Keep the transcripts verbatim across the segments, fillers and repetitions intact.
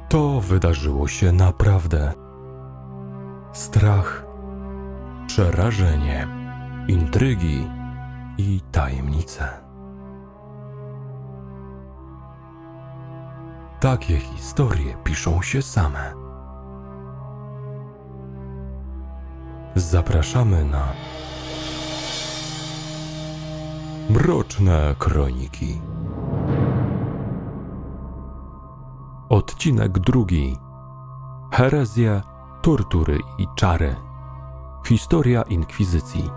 To wydarzyło się naprawdę. Strach, przerażenie, intrygi i tajemnice. Takie historie piszą się same. Zapraszamy na Mroczne Kroniki. Odcinek drugi. Herezje, tortury i czary. Historia inkwizycji.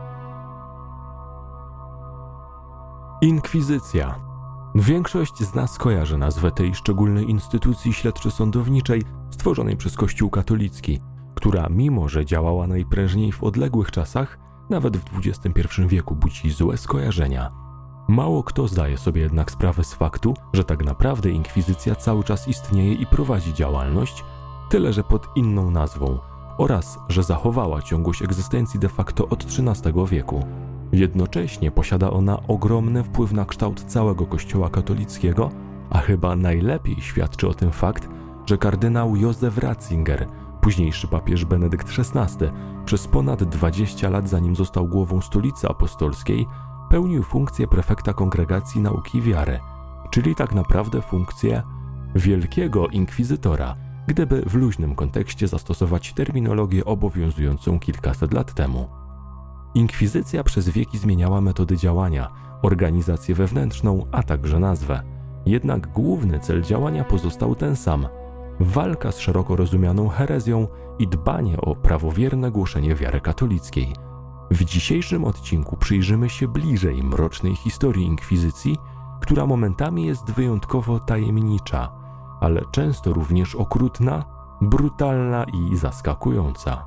Inkwizycja. Większość z nas kojarzy nazwę tej szczególnej instytucji śledczo-sądowniczej stworzonej przez Kościół katolicki, która mimo, że działała najprężniej w odległych czasach, nawet w dwudziestym pierwszym wieku budzi złe skojarzenia. Mało kto zdaje sobie jednak sprawę z faktu, że tak naprawdę inkwizycja cały czas istnieje i prowadzi działalność, tyle że pod inną nazwą, oraz że zachowała ciągłość egzystencji de facto od trzynastego wieku. Jednocześnie posiada ona ogromny wpływ na kształt całego Kościoła katolickiego, a chyba najlepiej świadczy o tym fakt, że kardynał Józef Ratzinger, późniejszy papież Benedykt szesnasty, przez ponad dwadzieścia lat zanim został głową Stolicy Apostolskiej, pełnił funkcję prefekta Kongregacji Nauki Wiary, czyli tak naprawdę funkcję wielkiego inkwizytora, gdyby w luźnym kontekście zastosować terminologię obowiązującą kilkaset lat temu. Inkwizycja przez wieki zmieniała metody działania, organizację wewnętrzną, a także nazwę. Jednak główny cel działania pozostał ten sam – walka z szeroko rozumianą herezją i dbanie o prawowierne głoszenie wiary katolickiej. W dzisiejszym odcinku przyjrzymy się bliżej mrocznej historii inkwizycji, która momentami jest wyjątkowo tajemnicza, ale często również okrutna, brutalna i zaskakująca.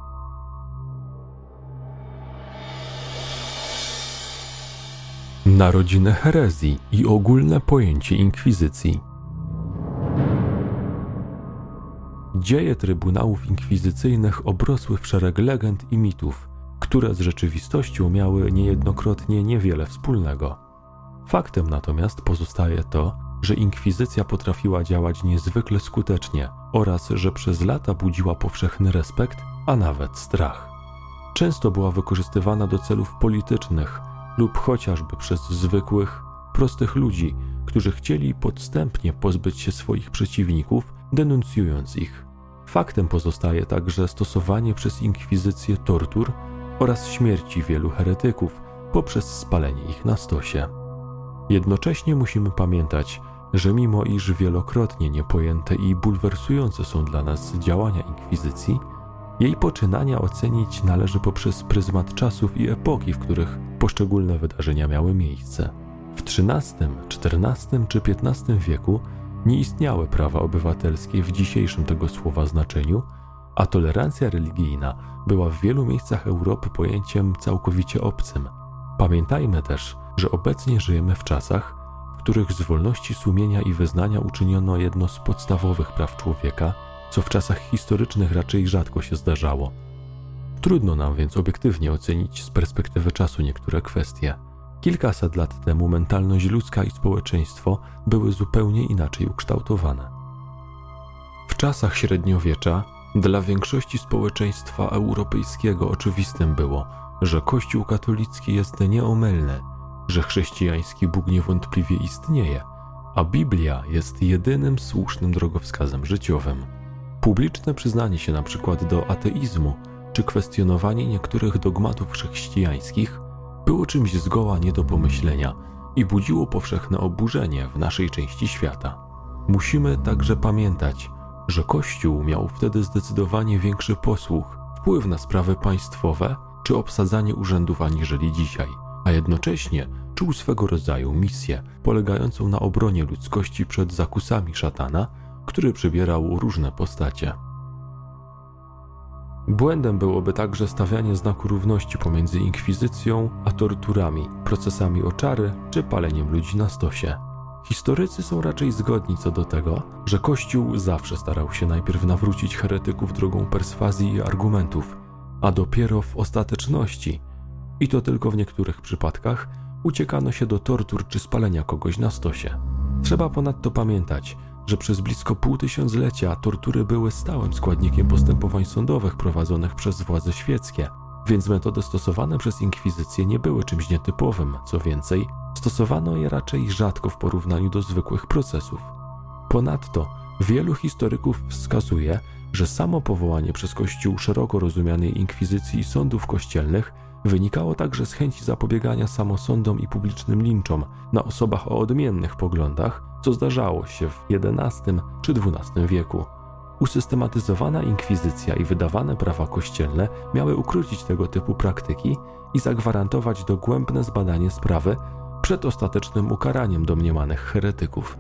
Narodziny herezji i ogólne pojęcie inkwizycji. Dzieje trybunałów inkwizycyjnych obrosły w szereg legend i mitów, które z rzeczywistością miały niejednokrotnie niewiele wspólnego. Faktem natomiast pozostaje to, że inkwizycja potrafiła działać niezwykle skutecznie oraz że przez lata budziła powszechny respekt, a nawet strach. Często była wykorzystywana do celów politycznych lub chociażby przez zwykłych, prostych ludzi, którzy chcieli podstępnie pozbyć się swoich przeciwników, denuncjując ich. Faktem pozostaje także stosowanie przez inkwizycję tortur oraz śmierci wielu heretyków poprzez spalenie ich na stosie. Jednocześnie musimy pamiętać, że mimo iż wielokrotnie niepojęte i bulwersujące są dla nas działania inkwizycji, jej poczynania ocenić należy poprzez pryzmat czasów i epoki, w których poszczególne wydarzenia miały miejsce. W trzynastym, czternastym czy piętnastym wieku nie istniały prawa obywatelskie w dzisiejszym tego słowa znaczeniu, a tolerancja religijna była w wielu miejscach Europy pojęciem całkowicie obcym. Pamiętajmy też, że obecnie żyjemy w czasach, w których z wolności sumienia i wyznania uczyniono jedno z podstawowych praw człowieka, co w czasach historycznych raczej rzadko się zdarzało. Trudno nam więc obiektywnie ocenić z perspektywy czasu niektóre kwestie. Kilkaset lat temu mentalność ludzka i społeczeństwo były zupełnie inaczej ukształtowane. W czasach średniowiecza dla większości społeczeństwa europejskiego oczywistym było, że Kościół katolicki jest nieomylny, że chrześcijański Bóg niewątpliwie istnieje, a Biblia jest jedynym słusznym drogowskazem życiowym. Publiczne przyznanie się na przykład do ateizmu czy kwestionowanie niektórych dogmatów chrześcijańskich było czymś zgoła nie do pomyślenia i budziło powszechne oburzenie w naszej części świata. Musimy także pamiętać, że Kościół miał wtedy zdecydowanie większy posłuch, wpływ na sprawy państwowe czy obsadzanie urzędów aniżeli dzisiaj, a jednocześnie czuł swego rodzaju misję polegającą na obronie ludzkości przed zakusami szatana, który przybierał różne postacie. Błędem byłoby także stawianie znaku równości pomiędzy inkwizycją a torturami, procesami o czary czy paleniem ludzi na stosie. Historycy są raczej zgodni co do tego, że Kościół zawsze starał się najpierw nawrócić heretyków drogą perswazji i argumentów, a dopiero w ostateczności, i to tylko w niektórych przypadkach, uciekano się do tortur czy spalenia kogoś na stosie. Trzeba ponadto pamiętać, że przez blisko półtysiąclecia tortury były stałym składnikiem postępowań sądowych prowadzonych przez władze świeckie, więc metody stosowane przez inkwizycję nie były czymś nietypowym, co więcej, stosowano je raczej rzadko w porównaniu do zwykłych procesów. Ponadto wielu historyków wskazuje, że samo powołanie przez Kościół szeroko rozumianej inkwizycji i sądów kościelnych wynikało także z chęci zapobiegania samosądom i publicznym linczom na osobach o odmiennych poglądach, co zdarzało się w jedenastym czy dwunastym wieku. Usystematyzowana inkwizycja i wydawane prawa kościelne miały ukrócić tego typu praktyki i zagwarantować dogłębne zbadanie sprawy przed ostatecznym ukaraniem domniemanych heretyków.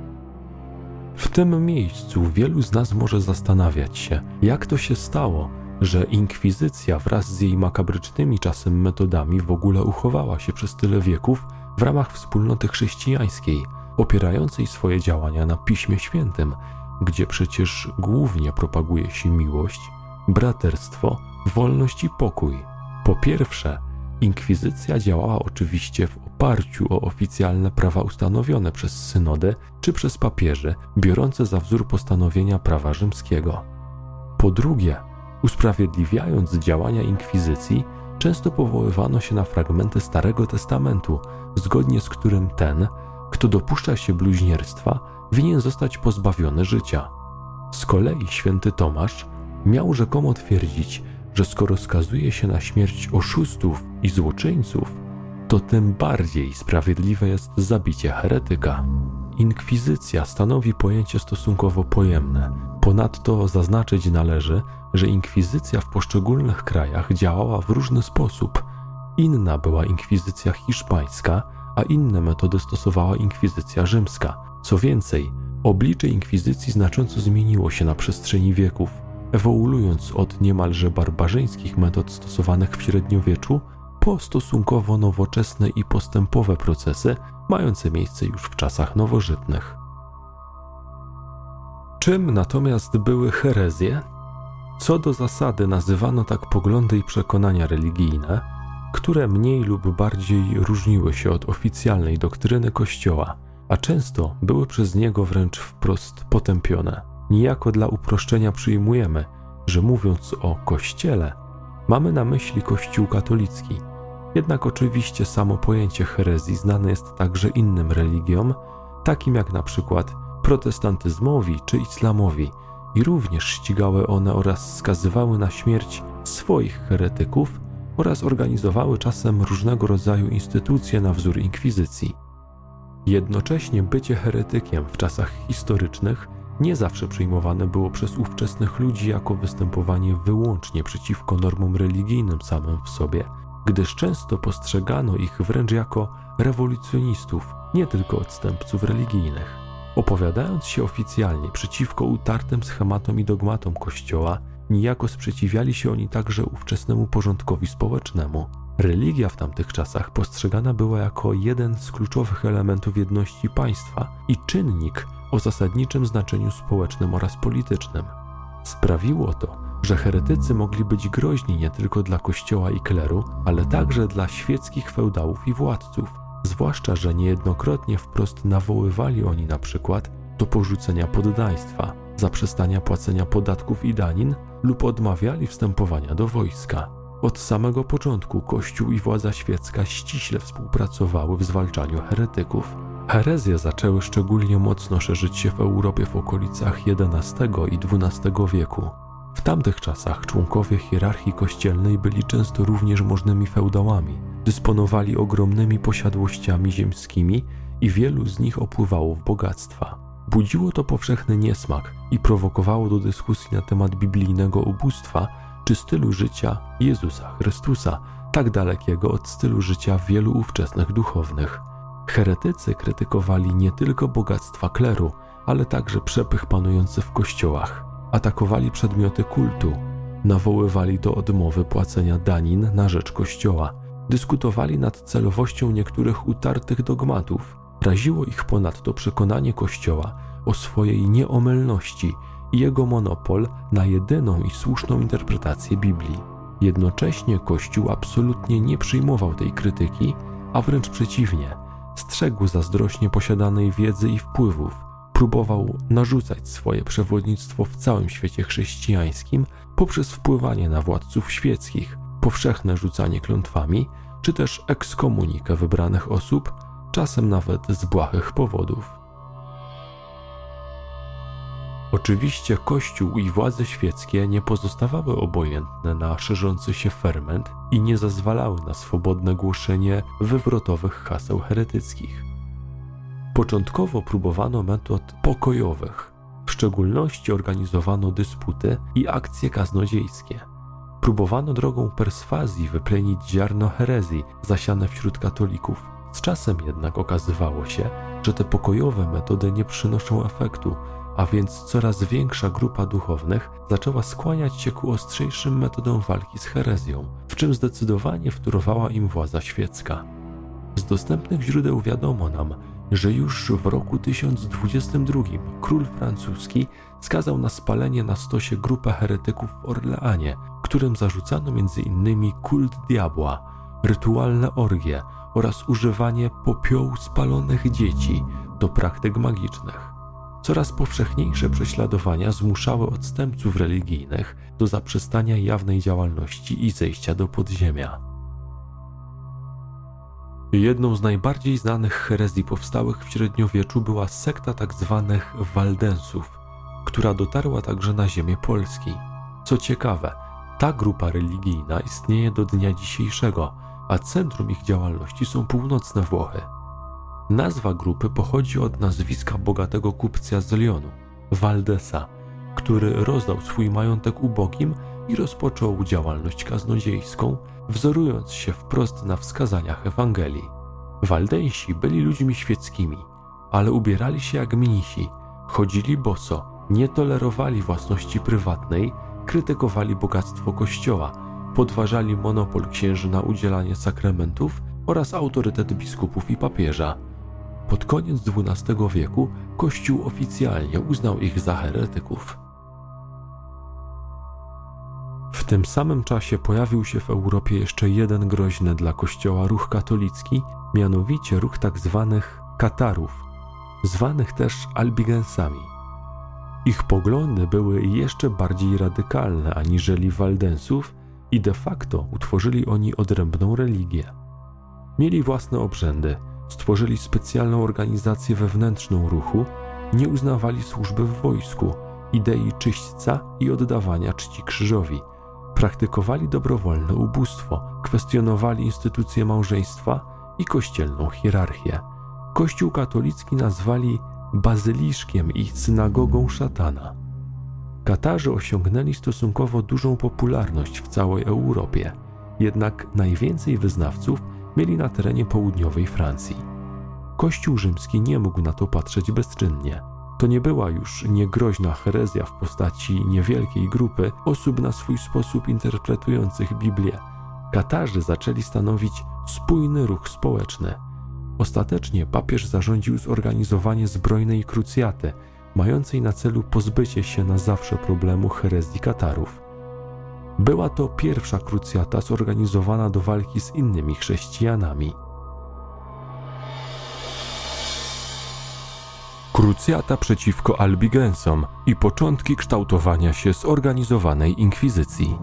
W tym miejscu wielu z nas może zastanawiać się, jak to się stało, że inkwizycja wraz z jej makabrycznymi czasem metodami w ogóle uchowała się przez tyle wieków w ramach wspólnoty chrześcijańskiej, opierającej swoje działania na Piśmie Świętym, gdzie przecież głównie propaguje się miłość, braterstwo, wolność i pokój. Po pierwsze, inkwizycja działała oczywiście w oparciu o oficjalne prawa ustanowione przez synodę czy przez papieży, biorące za wzór postanowienia prawa rzymskiego. Po drugie, usprawiedliwiając działania inkwizycji, często powoływano się na fragmenty Starego Testamentu, zgodnie z którym ten, kto dopuszcza się bluźnierstwa, winien zostać pozbawiony życia. Z kolei święty Tomasz miał rzekomo twierdzić, że skoro skazuje się na śmierć oszustów i złoczyńców, to tym bardziej sprawiedliwe jest zabicie heretyka. Inkwizycja stanowi pojęcie stosunkowo pojemne. Ponadto zaznaczyć należy, że inkwizycja w poszczególnych krajach działała w różny sposób. Inna była inkwizycja hiszpańska, a inne metody stosowała inkwizycja rzymska. Co więcej, oblicze inkwizycji znacząco zmieniło się na przestrzeni wieków, ewoluując od niemalże barbarzyńskich metod stosowanych w średniowieczu po stosunkowo nowoczesne i postępowe procesy mające miejsce już w czasach nowożytnych. Czym natomiast były herezje? Co do zasady nazywano tak poglądy i przekonania religijne, które mniej lub bardziej różniły się od oficjalnej doktryny Kościoła, a często były przez niego wręcz wprost potępione. Niejako dla uproszczenia przyjmujemy, że mówiąc o Kościele, mamy na myśli Kościół katolicki. Jednak oczywiście samo pojęcie herezji znane jest także innym religiom, takim jak na przykład protestantyzmowi czy islamowi, i również ścigały one oraz skazywały na śmierć swoich heretyków oraz organizowały czasem różnego rodzaju instytucje na wzór inkwizycji. Jednocześnie bycie heretykiem w czasach historycznych nie zawsze przyjmowane było przez ówczesnych ludzi jako występowanie wyłącznie przeciwko normom religijnym samym w sobie, gdyż często postrzegano ich wręcz jako rewolucjonistów, nie tylko odstępców religijnych. Opowiadając się oficjalnie przeciwko utartym schematom i dogmatom Kościoła, niejako sprzeciwiali się oni także ówczesnemu porządkowi społecznemu. Religia w tamtych czasach postrzegana była jako jeden z kluczowych elementów jedności państwa i czynnik o zasadniczym znaczeniu społecznym oraz politycznym. Sprawiło to, że heretycy mogli być groźni nie tylko dla Kościoła i kleru, ale także dla świeckich feudałów i władców, zwłaszcza że niejednokrotnie wprost nawoływali oni na przykład do porzucenia poddaństwa, zaprzestania płacenia podatków i danin lub odmawiali wstępowania do wojska. Od samego początku Kościół i władza świecka ściśle współpracowały w zwalczaniu heretyków. Herezje zaczęły szczególnie mocno szerzyć się w Europie w okolicach jedenastego i dwunastego wieku. W tamtych czasach członkowie hierarchii kościelnej byli często również możnymi feudałami, dysponowali ogromnymi posiadłościami ziemskimi i wielu z nich opływało w bogactwa. Budziło to powszechny niesmak i prowokowało do dyskusji na temat biblijnego ubóstwa czy stylu życia Jezusa Chrystusa, tak dalekiego od stylu życia wielu ówczesnych duchownych. Heretycy krytykowali nie tylko bogactwa kleru, ale także przepych panujący w kościołach. Atakowali przedmioty kultu, nawoływali do odmowy płacenia danin na rzecz Kościoła, dyskutowali nad celowością niektórych utartych dogmatów. Raziło ich ponadto przekonanie Kościoła o swojej nieomylności i jego monopol na jedyną i słuszną interpretację Biblii. Jednocześnie Kościół absolutnie nie przyjmował tej krytyki, a wręcz przeciwnie, strzegł zazdrośnie posiadanej wiedzy i wpływów, próbował narzucać swoje przewodnictwo w całym świecie chrześcijańskim poprzez wpływanie na władców świeckich, powszechne rzucanie klątwami, czy też ekskomunikę wybranych osób, czasem nawet z błahych powodów. Oczywiście Kościół i władze świeckie nie pozostawały obojętne na szerzący się ferment i nie zezwalały na swobodne głoszenie wywrotowych haseł heretyckich. Początkowo próbowano metod pokojowych, w szczególności organizowano dysputy i akcje kaznodziejskie. Próbowano drogą perswazji wyplenić ziarno herezji zasiane wśród katolików. Z czasem jednak okazywało się, że te pokojowe metody nie przynoszą efektu, a więc coraz większa grupa duchownych zaczęła skłaniać się ku ostrzejszym metodom walki z herezją, w czym zdecydowanie wtórowała im władza świecka. Z dostępnych źródeł wiadomo nam, że już w roku tysiąc dwudziestym drugim król francuski skazał na spalenie na stosie grupę heretyków w Orleanie, którym zarzucano między innymi kult diabła, rytualne orgie oraz używanie popiołu spalonych dzieci do praktyk magicznych. Coraz powszechniejsze prześladowania zmuszały odstępców religijnych do zaprzestania jawnej działalności i zejścia do podziemia. Jedną z najbardziej znanych herezji powstałych w średniowieczu była sekta tzw. Waldensów, która dotarła także na ziemię Polski. Co ciekawe, ta grupa religijna istnieje do dnia dzisiejszego, a centrum ich działalności są północne Włochy. Nazwa grupy pochodzi od nazwiska bogatego kupca z Lyonu, Valdesa, który rozdał swój majątek ubogim i rozpoczął działalność kaznodziejską, wzorując się wprost na wskazaniach Ewangelii. Waldensi byli ludźmi świeckimi, ale ubierali się jak mnisi, chodzili boso, nie tolerowali własności prywatnej, krytykowali bogactwo Kościoła, podważali monopol księży na udzielanie sakramentów oraz autorytet biskupów i papieża. Pod koniec dwunastego wieku Kościół oficjalnie uznał ich za heretyków. W tym samym czasie pojawił się w Europie jeszcze jeden groźny dla Kościoła ruch katolicki, mianowicie ruch tzw. Katarów, zwanych też Albigensami. Ich poglądy były jeszcze bardziej radykalne aniżeli Waldensów i de facto utworzyli oni odrębną religię. Mieli własne obrzędy, stworzyli specjalną organizację wewnętrzną ruchu, nie uznawali służby w wojsku, idei czyśćca i oddawania czci krzyżowi. Praktykowali dobrowolne ubóstwo, kwestionowali instytucje małżeństwa i kościelną hierarchię. Kościół katolicki nazwali bazyliszkiem i synagogą szatana. Katarzy osiągnęli stosunkowo dużą popularność w całej Europie, jednak najwięcej wyznawców mieli na terenie południowej Francji. Kościół rzymski nie mógł na to patrzeć bezczynnie. To nie była już niegroźna herezja w postaci niewielkiej grupy osób na swój sposób interpretujących Biblię. Katarzy zaczęli stanowić spójny ruch społeczny. Ostatecznie papież zarządził zorganizowanie zbrojnej krucjaty, mającej na celu pozbycie się na zawsze problemu herezji Katarów. Była to pierwsza krucjata zorganizowana do walki z innymi chrześcijanami. Krucjata przeciwko Albigensom i początki kształtowania się zorganizowanej inkwizycji.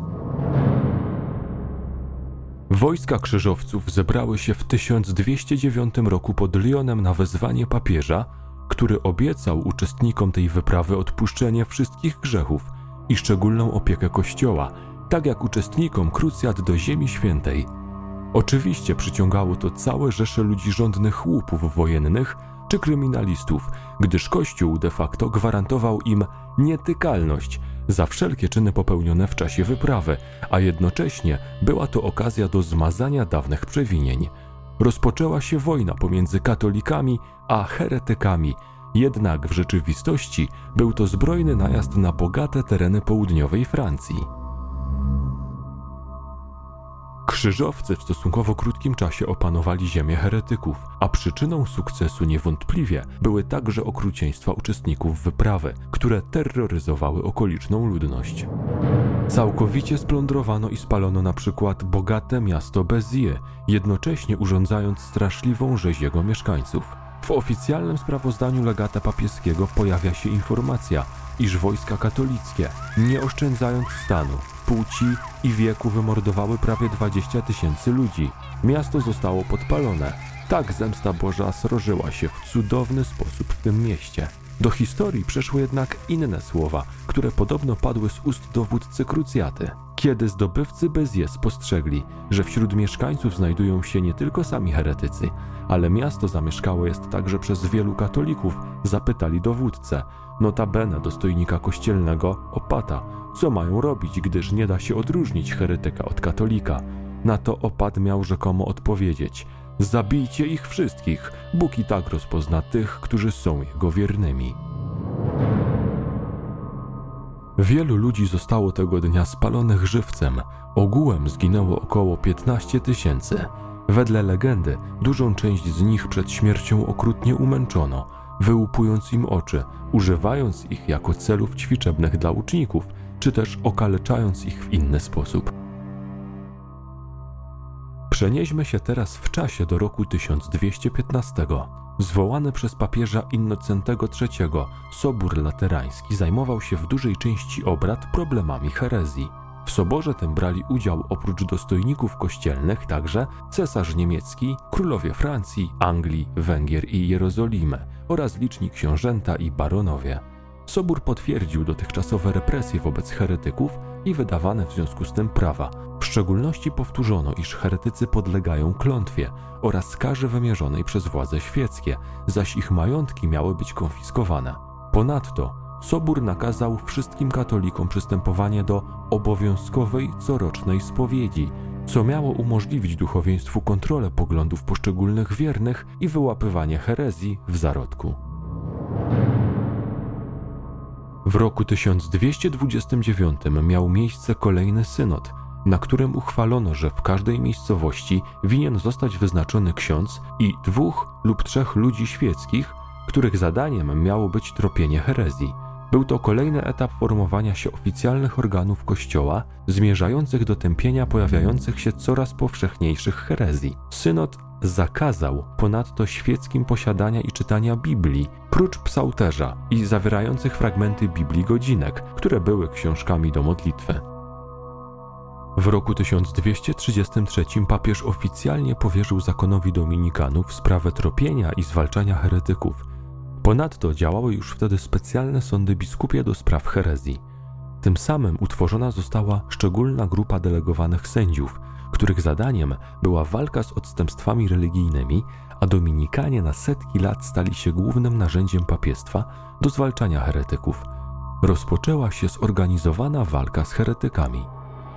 Wojska krzyżowców zebrały się w tysiąc dwieście dziewiątym roku pod Lyonem na wezwanie papieża, który obiecał uczestnikom tej wyprawy odpuszczenie wszystkich grzechów i szczególną opiekę Kościoła, tak jak uczestnikom krucjat do Ziemi Świętej. Oczywiście przyciągało to całe rzesze ludzi żądnych łupów wojennych czy kryminalistów, gdyż Kościół de facto gwarantował im nietykalność za wszelkie czyny popełnione w czasie wyprawy, a jednocześnie była to okazja do zmazania dawnych przewinień. Rozpoczęła się wojna pomiędzy katolikami a heretykami, jednak w rzeczywistości był to zbrojny najazd na bogate tereny południowej Francji. Krzyżowcy w stosunkowo krótkim czasie opanowali ziemię heretyków, a przyczyną sukcesu niewątpliwie były także okrucieństwa uczestników wyprawy, które terroryzowały okoliczną ludność. Całkowicie splądrowano i spalono na przykład bogate miasto Béziers, jednocześnie urządzając straszliwą rzeź jego mieszkańców. W oficjalnym sprawozdaniu legata papieskiego pojawia się informacja, iż wojska katolickie, nie oszczędzając stanu, płci i wieku, wymordowały prawie dwadzieścia tysięcy ludzi. Miasto zostało podpalone. Tak zemsta Boża srożyła się w cudowny sposób w tym mieście. Do historii przeszły jednak inne słowa, które podobno padły z ust dowódcy krucjaty. Kiedy zdobywcy Béziers spostrzegli, że wśród mieszkańców znajdują się nie tylko sami heretycy, ale miasto zamieszkałe jest także przez wielu katolików, zapytali dowódcę, notabene dostojnika kościelnego, opata, co mają robić, gdyż nie da się odróżnić heretyka od katolika. Na to opat miał rzekomo odpowiedzieć: zabijcie ich wszystkich, Bóg i tak rozpozna tych, którzy są Jego wiernymi. Wielu ludzi zostało tego dnia spalonych żywcem, ogółem zginęło około piętnaście tysięcy. Wedle legendy dużą część z nich przed śmiercią okrutnie umęczono, wyłupując im oczy, używając ich jako celów ćwiczebnych dla łuczników, czy też okaleczając ich w inny sposób. Przenieśmy się teraz w czasie do roku tysiąc dwieście piętnastego. Zwołany przez papieża Innocentego trzeciego Sobór Laterański zajmował się w dużej części obrad problemami herezji. W soborze tym brali udział oprócz dostojników kościelnych także cesarz niemiecki, królowie Francji, Anglii, Węgier i Jerozolimy oraz liczni książęta i baronowie. Sobór potwierdził dotychczasowe represje wobec heretyków i wydawane w związku z tym prawa. W szczególności powtórzono, iż heretycy podlegają klątwie oraz karze wymierzonej przez władze świeckie, zaś ich majątki miały być konfiskowane. Ponadto Sobór nakazał wszystkim katolikom przystępowanie do obowiązkowej corocznej spowiedzi, co miało umożliwić duchowieństwu kontrolę poglądów poszczególnych wiernych i wyłapywanie herezji w zarodku. W roku tysiąc dwieście dwudziestym dziewiątym miał miejsce kolejny synod, na którym uchwalono, że w każdej miejscowości winien zostać wyznaczony ksiądz i dwóch lub trzech ludzi świeckich, których zadaniem miało być tropienie herezji. Był to kolejny etap formowania się oficjalnych organów Kościoła, zmierzających do tępienia pojawiających się coraz powszechniejszych herezji. Synod zakazał ponadto świeckim posiadania i czytania Biblii, prócz psałterza i zawierających fragmenty Biblii godzinek, które były książkami do modlitwy. W roku tysiąc dwieście trzydziestym trzecim papież oficjalnie powierzył zakonowi dominikanów sprawę tropienia i zwalczania heretyków. Ponadto działały już wtedy specjalne sądy biskupie do spraw herezji. Tym samym utworzona została szczególna grupa delegowanych sędziów, których zadaniem była walka z odstępstwami religijnymi, a dominikanie na setki lat stali się głównym narzędziem papiestwa do zwalczania heretyków. Rozpoczęła się zorganizowana walka z heretykami.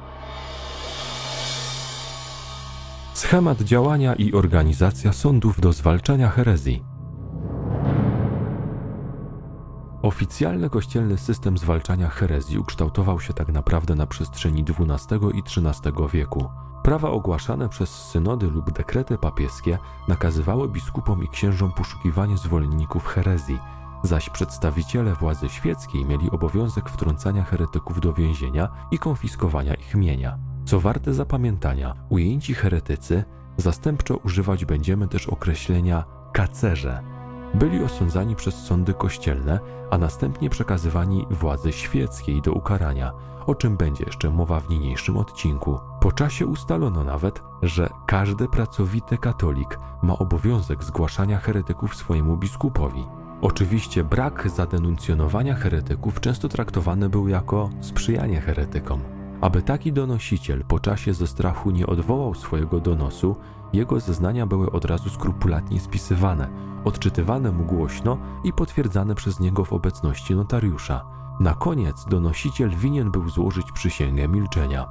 Schemat działania i organizacja sądów do zwalczania herezji. Oficjalny kościelny system zwalczania herezji ukształtował się tak naprawdę na przestrzeni dwunastego i trzynastego wieku. Prawa ogłaszane przez synody lub dekrety papieskie nakazywały biskupom i księżom poszukiwanie zwolenników herezji, zaś przedstawiciele władzy świeckiej mieli obowiązek wtrącania heretyków do więzienia i konfiskowania ich mienia. Co warte zapamiętania, ujęci heretycy zastępczo używać będziemy też określenia kacerze. Byli osądzani przez sądy kościelne, a następnie przekazywani władzy świeckiej do ukarania, o czym będzie jeszcze mowa w niniejszym odcinku. Po czasie ustalono nawet, że każdy pracowity katolik ma obowiązek zgłaszania heretyków swojemu biskupowi. Oczywiście brak zadenuncjonowania heretyków często traktowany był jako sprzyjanie heretykom. Aby taki donosiciel po czasie ze strachu nie odwołał swojego donosu, jego zeznania były od razu skrupulatnie spisywane, odczytywane mu głośno i potwierdzane przez niego w obecności notariusza. Na koniec donosiciel winien był złożyć przysięgę milczenia.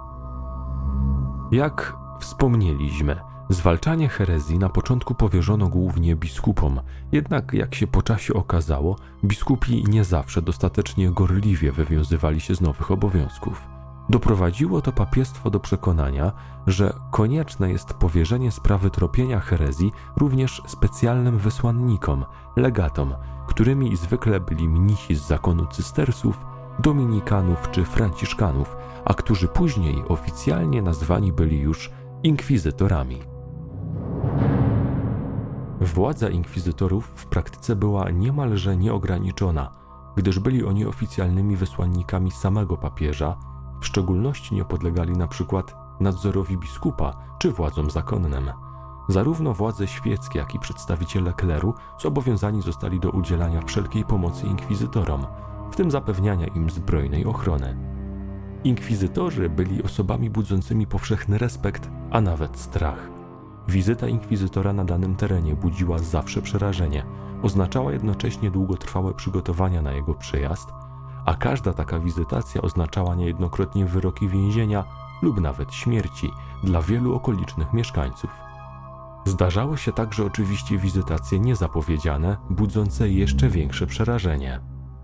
Jak wspomnieliśmy, zwalczanie herezji na początku powierzono głównie biskupom, jednak jak się po czasie okazało, biskupi nie zawsze dostatecznie gorliwie wywiązywali się z nowych obowiązków. Doprowadziło to papiestwo do przekonania, że konieczne jest powierzenie sprawy tropienia herezji również specjalnym wysłannikom, legatom, którymi zwykle byli mnisi z zakonu cystersów dominikanów czy franciszkanów, a którzy później oficjalnie nazwani byli już inkwizytorami. Władza inkwizytorów w praktyce była niemalże nieograniczona, gdyż byli oni oficjalnymi wysłannikami samego papieża, w szczególności nie podlegali na przykład nadzorowi biskupa czy władzom zakonnym. Zarówno władze świeckie, jak i przedstawiciele kleru zobowiązani zostali do udzielania wszelkiej pomocy inkwizytorom, w tym zapewniania im zbrojnej ochrony. Inkwizytorzy byli osobami budzącymi powszechny respekt, a nawet strach. Wizyta inkwizytora na danym terenie budziła zawsze przerażenie, oznaczała jednocześnie długotrwałe przygotowania na jego przyjazd, a każda taka wizytacja oznaczała niejednokrotnie wyroki więzienia lub nawet śmierci dla wielu okolicznych mieszkańców. Zdarzały się także oczywiście wizytacje niezapowiedziane, budzące jeszcze większe przerażenie.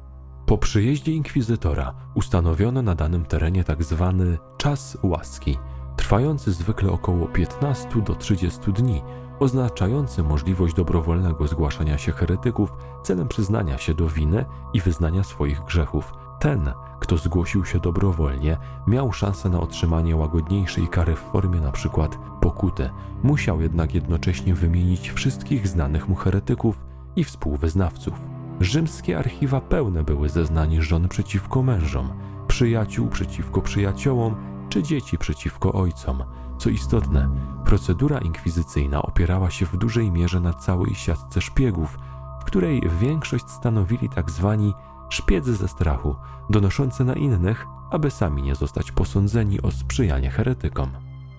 Po przyjeździe inkwizytora ustanowiono na danym terenie tzw. czas łaski, trwający zwykle około piętnastu do trzydziestu dni, oznaczający możliwość dobrowolnego zgłaszania się heretyków celem przyznania się do winy i wyznania swoich grzechów. Ten, kto zgłosił się dobrowolnie, miał szansę na otrzymanie łagodniejszej kary w formie np. pokuty. Musiał jednak jednocześnie wymienić wszystkich znanych mu heretyków i współwyznawców. Rzymskie archiwa pełne były zeznań żon przeciwko mężom, przyjaciół przeciwko przyjaciołom czy dzieci przeciwko ojcom. Co istotne, procedura inkwizycyjna opierała się w dużej mierze na całej siatce szpiegów, w której większość stanowili tak zwani szpiedzy ze strachu, donoszący na innych, aby sami nie zostać posądzeni o sprzyjanie heretykom.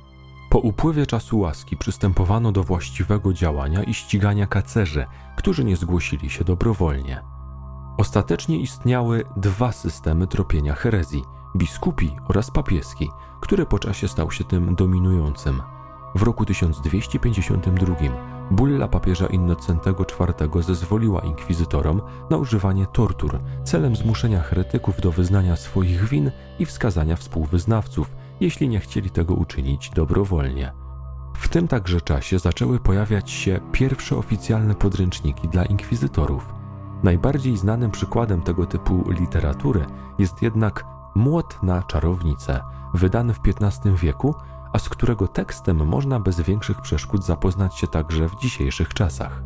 Po upływie czasu łaski przystępowano do właściwego działania i ścigania kacerzy, którzy nie zgłosili się dobrowolnie. Ostatecznie istniały dwa systemy tropienia herezji, biskupi oraz papieski, który po czasie stał się tym dominującym. W roku tysiąc dwieście pięćdziesiątym drugim bulla papieża Innocentego czwartego zezwoliła inkwizytorom na używanie tortur celem zmuszenia heretyków do wyznania swoich win i wskazania współwyznawców, jeśli nie chcieli tego uczynić dobrowolnie. W tym także czasie zaczęły pojawiać się pierwsze oficjalne podręczniki dla inkwizytorów. Najbardziej znanym przykładem tego typu literatury jest jednak Młot na czarownicę, wydany w piętnastym wieku, a z którego tekstem można bez większych przeszkód zapoznać się także w dzisiejszych czasach.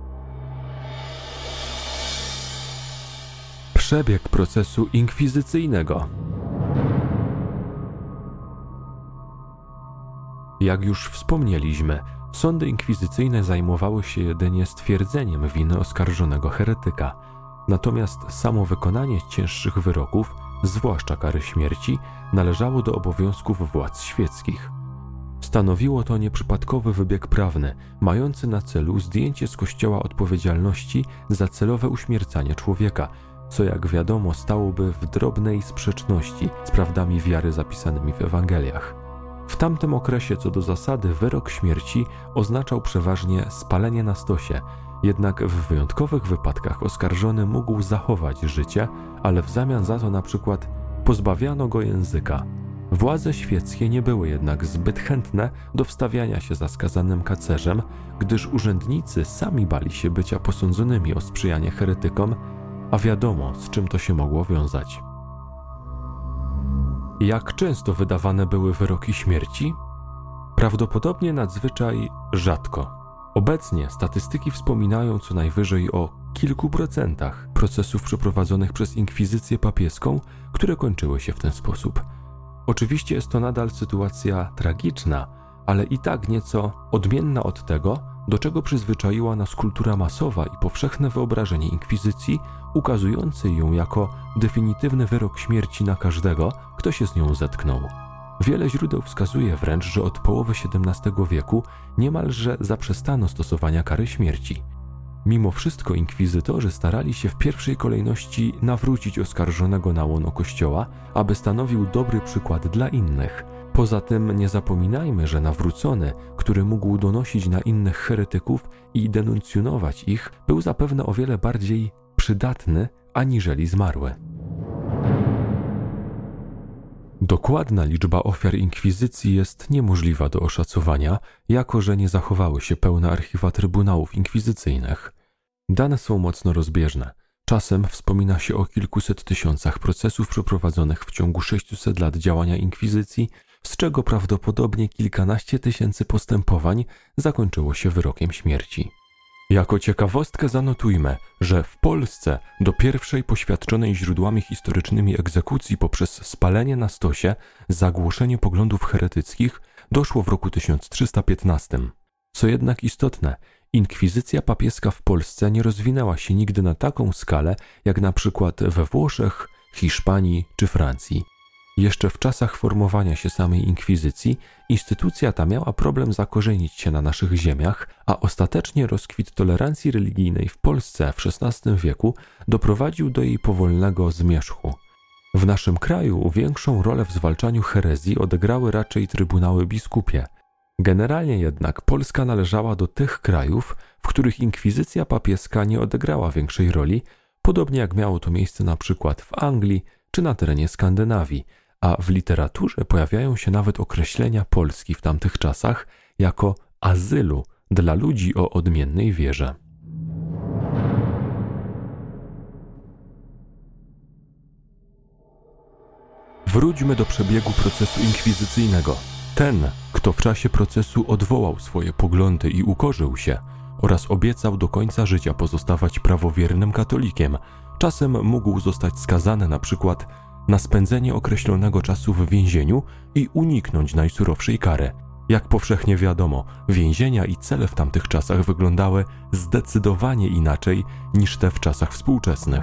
Przebieg procesu inkwizycyjnego. Jak już wspomnieliśmy, sądy inkwizycyjne zajmowały się jedynie stwierdzeniem winy oskarżonego heretyka, natomiast samo wykonanie cięższych wyroków, zwłaszcza kary śmierci, należało do obowiązków władz świeckich. Stanowiło to nieprzypadkowy wybieg prawny, mający na celu zdjęcie z Kościoła odpowiedzialności za celowe uśmiercanie człowieka, co jak wiadomo stałoby w drobnej sprzeczności z prawdami wiary zapisanymi w Ewangeliach. W tamtym okresie co do zasady wyrok śmierci oznaczał przeważnie spalenie na stosie, jednak w wyjątkowych wypadkach oskarżony mógł zachować życie, ale w zamian za to na przykład pozbawiano go języka. Władze świeckie nie były jednak zbyt chętne do wstawiania się za skazanym kacerzem, gdyż urzędnicy sami bali się bycia posądzonymi o sprzyjanie heretykom, a wiadomo, z czym to się mogło wiązać. Jak często wydawane były wyroki śmierci? Prawdopodobnie nadzwyczaj rzadko. Obecnie statystyki wspominają co najwyżej o kilku procentach procesów przeprowadzonych przez inkwizycję papieską, które kończyły się w ten sposób. Oczywiście jest to nadal sytuacja tragiczna, ale i tak nieco odmienna od tego, do czego przyzwyczaiła nas kultura masowa i powszechne wyobrażenie inkwizycji, ukazujące ją jako definitywny wyrok śmierci na każdego, kto się z nią zetknął. Wiele źródeł wskazuje wręcz, że od połowy siedemnastego wieku niemalże zaprzestano stosowania kary śmierci. Mimo wszystko inkwizytorzy starali się w pierwszej kolejności nawrócić oskarżonego na łono Kościoła, aby stanowił dobry przykład dla innych. Poza tym nie zapominajmy, że nawrócony, który mógł donosić na innych heretyków i denuncjonować ich, był zapewne o wiele bardziej przydatny aniżeli zmarły. Dokładna liczba ofiar inkwizycji jest niemożliwa do oszacowania, jako że nie zachowały się pełne archiwa trybunałów inkwizycyjnych. Dane są mocno rozbieżne. Czasem wspomina się o kilkuset tysiącach procesów przeprowadzonych w ciągu sześciuset lat działania inkwizycji, z czego prawdopodobnie kilkanaście tysięcy postępowań zakończyło się wyrokiem śmierci. Jako ciekawostkę zanotujmy, że w Polsce do pierwszej poświadczonej źródłami historycznymi egzekucji poprzez spalenie na stosie za głoszenie poglądów heretyckich doszło w roku tysiąc trzysta piętnastym. Co jednak istotne, inkwizycja papieska w Polsce nie rozwinęła się nigdy na taką skalę jak na przykład we Włoszech, Hiszpanii czy Francji. Jeszcze w czasach formowania się samej inkwizycji instytucja ta miała problem zakorzenić się na naszych ziemiach, a ostatecznie rozkwit tolerancji religijnej w Polsce w szesnastym wieku doprowadził do jej powolnego zmierzchu. W naszym kraju większą rolę w zwalczaniu herezji odegrały raczej trybunały biskupie. Generalnie jednak Polska należała do tych krajów, w których inkwizycja papieska nie odegrała większej roli, podobnie jak miało to miejsce na przykład w Anglii czy na terenie Skandynawii, a w literaturze pojawiają się nawet określenia Polski w tamtych czasach jako azylu dla ludzi o odmiennej wierze. Wróćmy do przebiegu procesu inkwizycyjnego. Ten, kto w czasie procesu odwołał swoje poglądy i ukorzył się oraz obiecał do końca życia pozostawać prawowiernym katolikiem, czasem mógł zostać skazany na przykład na spędzenie określonego czasu w więzieniu i uniknąć najsurowszej kary. Jak powszechnie wiadomo, więzienia i cele w tamtych czasach wyglądały zdecydowanie inaczej niż te w czasach współczesnych.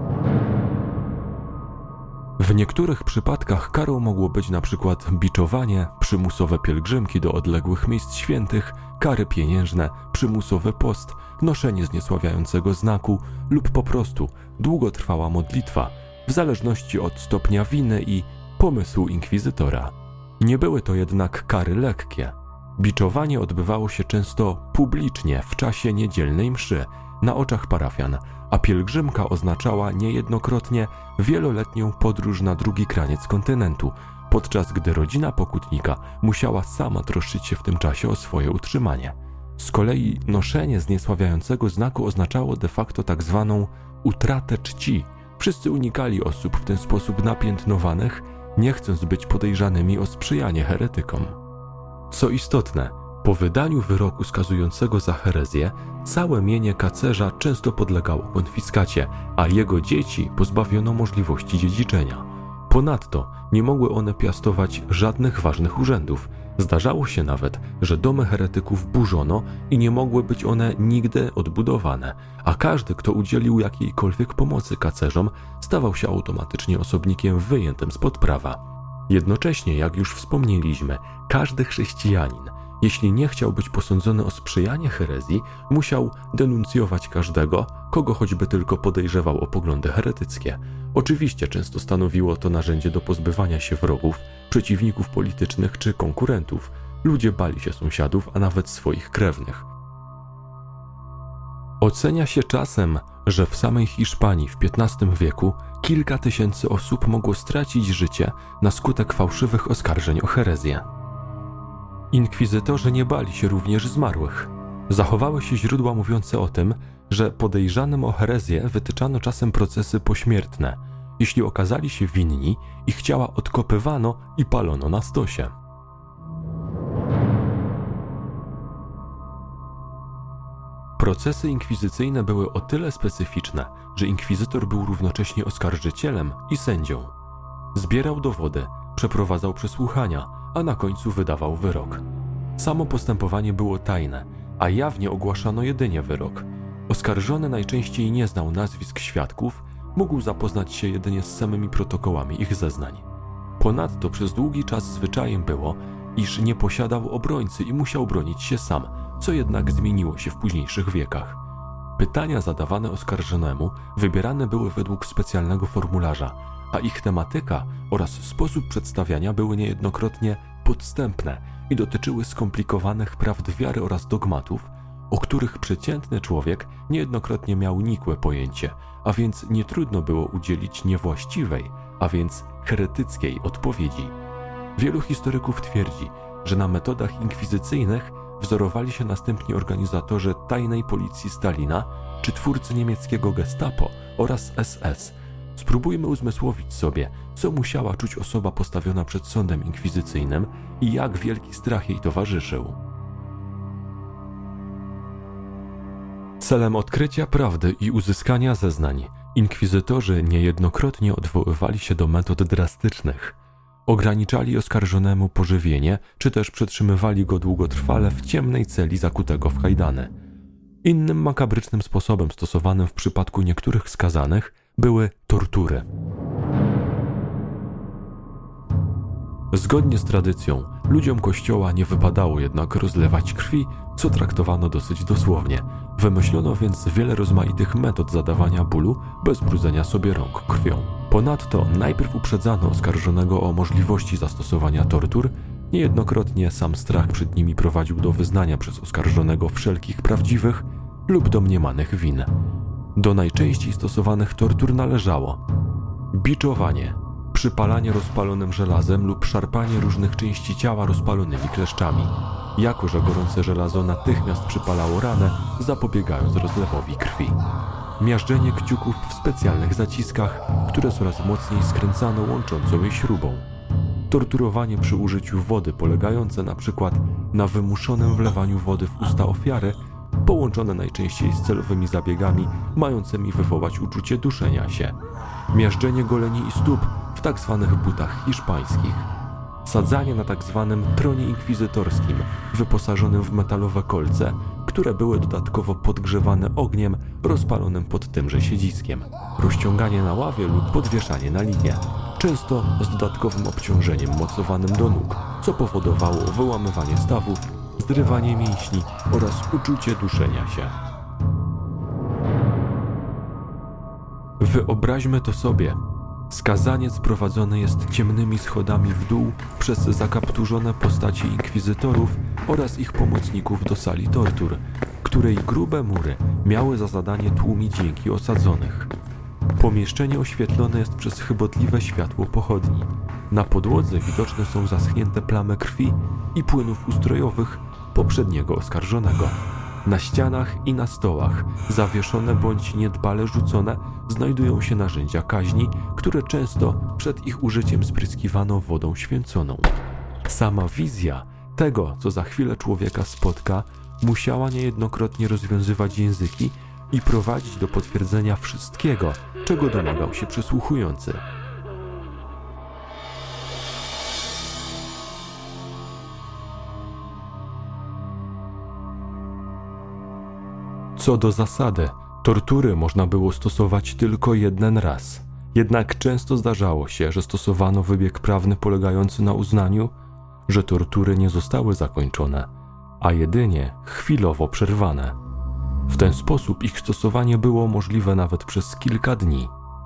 W niektórych przypadkach karą mogło być na przykład biczowanie, przymusowe pielgrzymki do odległych miejsc świętych, kary pieniężne, przymusowy post, noszenie zniesławiającego znaku lub po prostu długotrwała modlitwa, w zależności od stopnia winy i pomysłu inkwizytora. Nie były to jednak kary lekkie. Biczowanie odbywało się często publicznie w czasie niedzielnej mszy, na oczach parafian, a pielgrzymka oznaczała niejednokrotnie wieloletnią podróż na drugi kraniec kontynentu, podczas gdy rodzina pokutnika musiała sama troszczyć się w tym czasie o swoje utrzymanie. Z kolei noszenie zniesławiającego znaku oznaczało de facto tak zwaną utratę czci. Wszyscy unikali osób w ten sposób napiętnowanych, nie chcąc być podejrzanymi o sprzyjanie heretykom. Co istotne, po wydaniu wyroku skazującego za herezję, całe mienie kacerza często podlegało konfiskacie, a jego dzieci pozbawiono możliwości dziedziczenia. Ponadto nie mogły one piastować żadnych ważnych urzędów. Zdarzało się nawet, że domy heretyków burzono i nie mogły być one nigdy odbudowane, a każdy, kto udzielił jakiejkolwiek pomocy kacerzom, stawał się automatycznie osobnikiem wyjętym spod prawa. Jednocześnie, jak już wspomnieliśmy, każdy chrześcijanin, jeśli nie chciał być posądzony o sprzyjanie herezji, musiał denuncjować każdego, kogo choćby tylko podejrzewał o poglądy heretyckie. Oczywiście często stanowiło to narzędzie do pozbywania się wrogów, przeciwników politycznych czy konkurentów. Ludzie bali się sąsiadów, a nawet swoich krewnych. Ocenia się czasem, że w samej Hiszpanii w piętnastym wieku kilka tysięcy osób mogło stracić życie na skutek fałszywych oskarżeń o herezję. Inkwizytorzy nie bali się również zmarłych. Zachowały się źródła mówiące o tym, że podejrzanym o herezję wytyczano czasem procesy pośmiertne. Jeśli okazali się winni, ich ciała odkopywano i palono na stosie. Procesy inkwizycyjne były o tyle specyficzne, że inkwizytor był równocześnie oskarżycielem i sędzią. Zbierał dowody, przeprowadzał przesłuchania, a na końcu wydawał wyrok. Samo postępowanie było tajne, a jawnie ogłaszano jedynie wyrok. Oskarżony najczęściej nie znał nazwisk świadków, mógł zapoznać się jedynie z samymi protokołami ich zeznań. Ponadto przez długi czas zwyczajem było, iż nie posiadał obrońcy i musiał bronić się sam, co jednak zmieniło się w późniejszych wiekach. Pytania zadawane oskarżonemu wybierane były według specjalnego formularza, a ich tematyka oraz sposób przedstawiania były niejednokrotnie podstępne i dotyczyły skomplikowanych prawd wiary oraz dogmatów, o których przeciętny człowiek niejednokrotnie miał nikłe pojęcie, a więc nie trudno było udzielić niewłaściwej, a więc heretyckiej odpowiedzi. Wielu historyków twierdzi, że na metodach inkwizycyjnych wzorowali się następnie organizatorzy tajnej policji Stalina czy twórcy niemieckiego gestapo oraz S S, spróbujmy uzmysłowić sobie, co musiała czuć osoba postawiona przed sądem inkwizycyjnym i jak wielki strach jej towarzyszył. Celem odkrycia prawdy i uzyskania zeznań inkwizytorzy niejednokrotnie odwoływali się do metod drastycznych. Ograniczali oskarżonemu pożywienie, czy też przetrzymywali go długotrwale w ciemnej celi zakutego w kajdany. Innym makabrycznym sposobem stosowanym w przypadku niektórych skazanych były tortury. Zgodnie z tradycją, ludziom Kościoła nie wypadało jednak rozlewać krwi, co traktowano dosyć dosłownie. Wymyślono więc wiele rozmaitych metod zadawania bólu bez brudzenia sobie rąk krwią. Ponadto najpierw uprzedzano oskarżonego o możliwości zastosowania tortur, niejednokrotnie sam strach przed nimi prowadził do wyznania przez oskarżonego wszelkich prawdziwych lub domniemanych win. Do najczęściej stosowanych tortur należało biczowanie, przypalanie rozpalonym żelazem lub szarpanie różnych części ciała rozpalonymi kleszczami, jako że gorące żelazo natychmiast przypalało ranę, zapobiegając rozlewowi krwi. Miażdżenie kciuków w specjalnych zaciskach, które coraz mocniej skręcano łączącą je śrubą. Torturowanie przy użyciu wody polegające na przykład na wymuszonym wlewaniu wody w usta ofiary, połączone najczęściej z celowymi zabiegami mającymi wywołać uczucie duszenia się. Miażdżenie goleni i stóp w tak zwanych butach hiszpańskich. Sadzanie na tak zwanym tronie inkwizytorskim, wyposażonym w metalowe kolce, które były dodatkowo podgrzewane ogniem rozpalonym pod tymże siedziskiem. Rozciąganie na ławie lub podwieszanie na linie, często z dodatkowym obciążeniem mocowanym do nóg, co powodowało wyłamywanie stawów, zrywanie mięśni oraz uczucie duszenia się. Wyobraźmy to sobie. Skazaniec prowadzony jest ciemnymi schodami w dół przez zakapturzone postaci inkwizytorów oraz ich pomocników do sali tortur, której grube mury miały za zadanie tłumić jęki osadzonych. Pomieszczenie oświetlone jest przez chybotliwe światło pochodni. Na podłodze widoczne są zaschnięte plamy krwi i płynów ustrojowych poprzedniego oskarżonego. Na ścianach i na stołach, zawieszone bądź niedbale rzucone, znajdują się narzędzia kaźni, które często przed ich użyciem spryskiwano wodą święconą. Sama wizja tego, co za chwilę człowieka spotka, musiała niejednokrotnie rozwiązywać języki i prowadzić do potwierdzenia wszystkiego, czego domagał się przysłuchujący. Co do zasady, tortury można było stosować tylko jeden raz. Jednak często zdarzało się, że stosowano wybieg prawny polegający na uznaniu, że tortury nie zostały zakończone, a jedynie chwilowo przerwane. W ten sposób ich stosowanie było możliwe nawet przez kilka dni.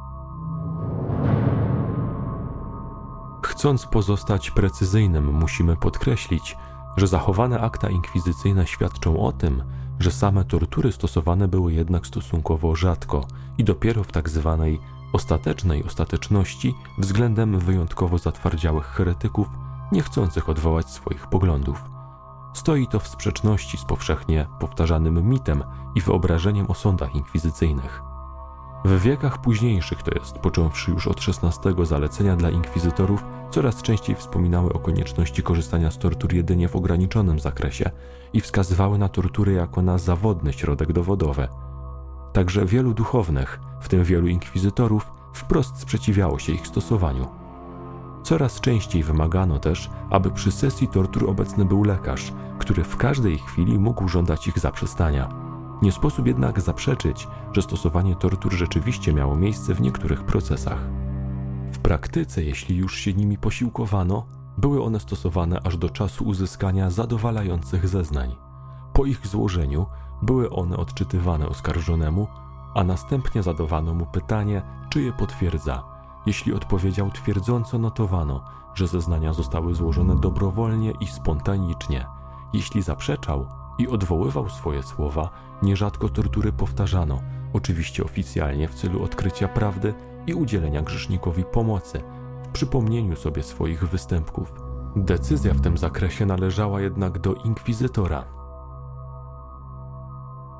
Chcąc pozostać precyzyjnym, musimy podkreślić, że zachowane akta inkwizycyjne świadczą o tym, że same tortury stosowane były jednak stosunkowo rzadko i dopiero w tak zwanej ostatecznej ostateczności względem wyjątkowo zatwardziałych heretyków niechcących odwołać swoich poglądów. Stoi to w sprzeczności z powszechnie powtarzanym mitem i wyobrażeniem o sądach inkwizycyjnych. W wiekach późniejszych, to jest począwszy już od szesnastego zalecenia dla inkwizytorów, coraz częściej wspominały o konieczności korzystania z tortur jedynie w ograniczonym zakresie i wskazywały na tortury jako na zawodny środek dowodowy. Także wielu duchownych, w tym wielu inkwizytorów, wprost sprzeciwiało się ich stosowaniu. Coraz częściej wymagano też, aby przy sesji tortur obecny był lekarz, który w każdej chwili mógł żądać ich zaprzestania. Nie sposób jednak zaprzeczyć, że stosowanie tortur rzeczywiście miało miejsce w niektórych procesach. W praktyce, jeśli już się nimi posiłkowano, były one stosowane aż do czasu uzyskania zadowalających zeznań. Po ich złożeniu były one odczytywane oskarżonemu, a następnie zadawano mu pytanie, czy je potwierdza. Jeśli odpowiedział twierdząco, notowano, że zeznania zostały złożone dobrowolnie i spontanicznie. Jeśli zaprzeczał i odwoływał swoje słowa, nierzadko tortury powtarzano, oczywiście oficjalnie w celu odkrycia prawdy i udzielenia grzesznikowi pomocy w przypomnieniu sobie swoich występków. Decyzja w tym zakresie należała jednak do inkwizytora.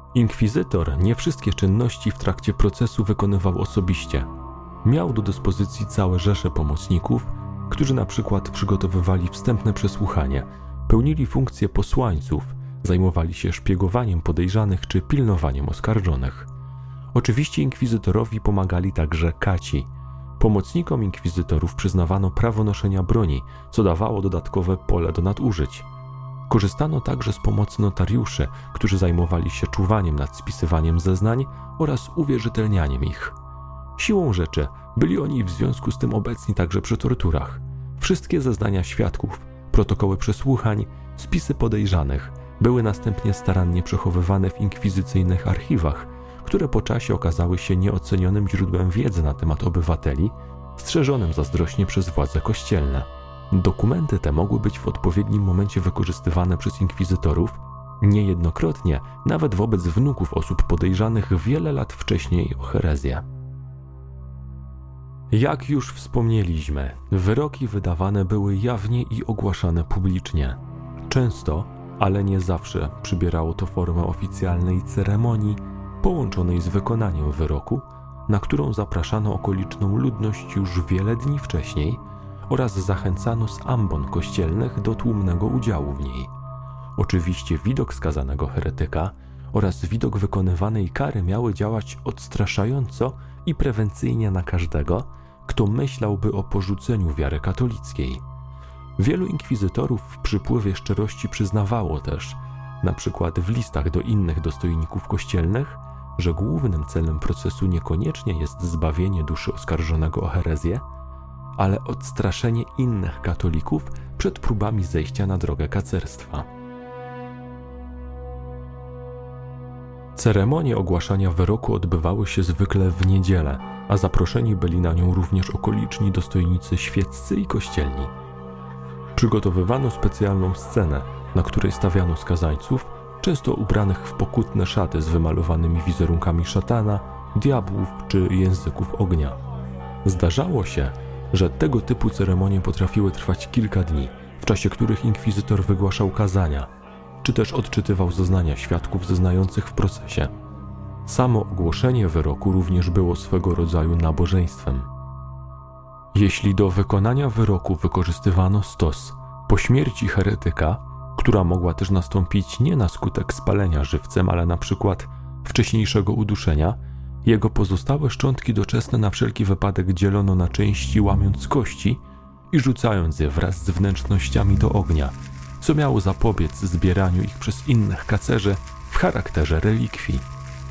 Inkwizytor nie wszystkie czynności w trakcie procesu wykonywał osobiście. Miał do dyspozycji całe rzesze pomocników, którzy na przykład przygotowywali wstępne przesłuchanie, pełnili funkcje posłańców, zajmowali się szpiegowaniem podejrzanych czy pilnowaniem oskarżonych. Oczywiście inkwizytorowi pomagali także kaci. Pomocnikom inkwizytorów przyznawano prawo noszenia broni, co dawało dodatkowe pole do nadużyć. Korzystano także z pomocy notariuszy, którzy zajmowali się czuwaniem nad spisywaniem zeznań oraz uwierzytelnianiem ich. Siłą rzeczy byli oni w związku z tym obecni także przy torturach. Wszystkie zeznania świadków, protokoły przesłuchań, spisy podejrzanych były następnie starannie przechowywane w inkwizycyjnych archiwach, które po czasie okazały się nieocenionym źródłem wiedzy na temat obywateli, strzeżonym zazdrośnie przez władze kościelne. Dokumenty te mogły być w odpowiednim momencie wykorzystywane przez inkwizytorów, niejednokrotnie nawet wobec wnuków osób podejrzanych wiele lat wcześniej o herezję. Jak już wspomnieliśmy, wyroki wydawane były jawnie i ogłaszane publicznie. Często, ale nie zawsze, przybierało to formę oficjalnej ceremonii połączonej z wykonaniem wyroku, na którą zapraszano okoliczną ludność już wiele dni wcześniej oraz zachęcano z ambon kościelnych do tłumnego udziału w niej. Oczywiście widok skazanego heretyka oraz widok wykonywanej kary miały działać odstraszająco i prewencyjnie na każdego, kto myślałby o porzuceniu wiary katolickiej. Wielu inkwizytorów w przypływie szczerości przyznawało też, na przykład w listach do innych dostojników kościelnych, że głównym celem procesu niekoniecznie jest zbawienie duszy oskarżonego o herezję, ale odstraszenie innych katolików przed próbami zejścia na drogę kacerstwa. Ceremonie ogłaszania wyroku odbywały się zwykle w niedzielę, a zaproszeni byli na nią również okoliczni dostojnicy świeccy i kościelni. Przygotowywano specjalną scenę, na której stawiano skazańców, często ubranych w pokutne szaty z wymalowanymi wizerunkami szatana, diabłów czy języków ognia. Zdarzało się, że tego typu ceremonie potrafiły trwać kilka dni, w czasie których inkwizytor wygłaszał kazania, czy też odczytywał zeznania świadków zeznających w procesie. Samo ogłoszenie wyroku również było swego rodzaju nabożeństwem. Jeśli do wykonania wyroku wykorzystywano stos po śmierci heretyka, która mogła też nastąpić nie na skutek spalenia żywcem, ale na przykład wcześniejszego uduszenia, jego pozostałe szczątki doczesne na wszelki wypadek dzielono na części, łamiąc kości i rzucając je wraz z wnętrznościami do ognia, co miało zapobiec zbieraniu ich przez innych kacerzy w charakterze relikwii.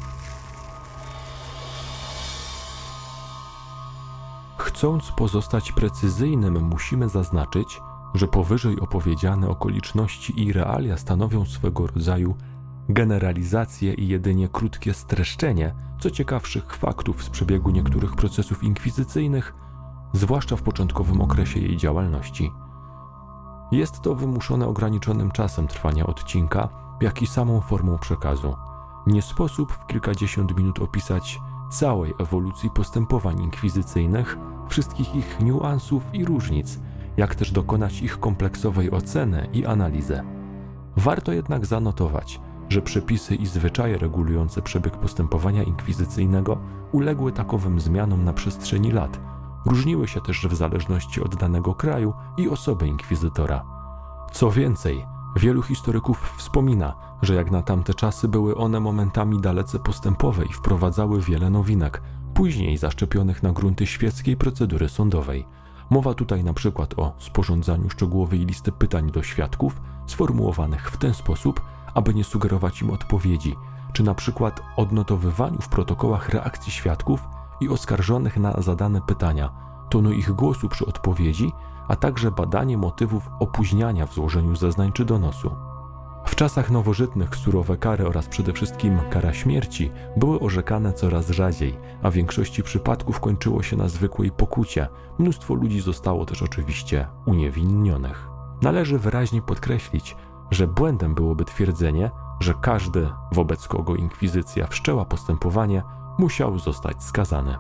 Chcąc pozostać precyzyjnym, musimy zaznaczyć, że powyżej opowiedziane okoliczności i realia stanowią swego rodzaju generalizację i jedynie krótkie streszczenie co ciekawszych faktów z przebiegu niektórych procesów inkwizycyjnych, zwłaszcza w początkowym okresie jej działalności. Jest to wymuszone ograniczonym czasem trwania odcinka, jak i samą formą przekazu. Nie sposób w kilkadziesiąt minut opisać całej ewolucji postępowań inkwizycyjnych, wszystkich ich niuansów i różnic, jak też dokonać ich kompleksowej oceny i analizy. Warto jednak zanotować, że przepisy i zwyczaje regulujące przebieg postępowania inkwizycyjnego uległy takowym zmianom na przestrzeni lat, różniły się też w zależności od danego kraju i osoby inkwizytora. Co więcej, wielu historyków wspomina, że jak na tamte czasy były one momentami dalece postępowe i wprowadzały wiele nowinek, później zaszczepionych na grunty świeckiej procedury sądowej. Mowa tutaj na przykład o sporządzaniu szczegółowej listy pytań do świadków, sformułowanych w ten sposób, aby nie sugerować im odpowiedzi, czy na przykład odnotowywaniu w protokołach reakcji świadków i oskarżonych na zadane pytania, tonu ich głosu przy odpowiedzi, a także badanie motywów opóźniania w złożeniu zeznań czy donosu. W czasach nowożytnych surowe kary oraz przede wszystkim kara śmierci były orzekane coraz rzadziej, a w większości przypadków kończyło się na zwykłej pokucie. Mnóstwo ludzi zostało też oczywiście uniewinnionych. Należy wyraźnie podkreślić, że błędem byłoby twierdzenie, że każdy, wobec kogo inkwizycja wszczęła postępowanie, musiał zostać skazany.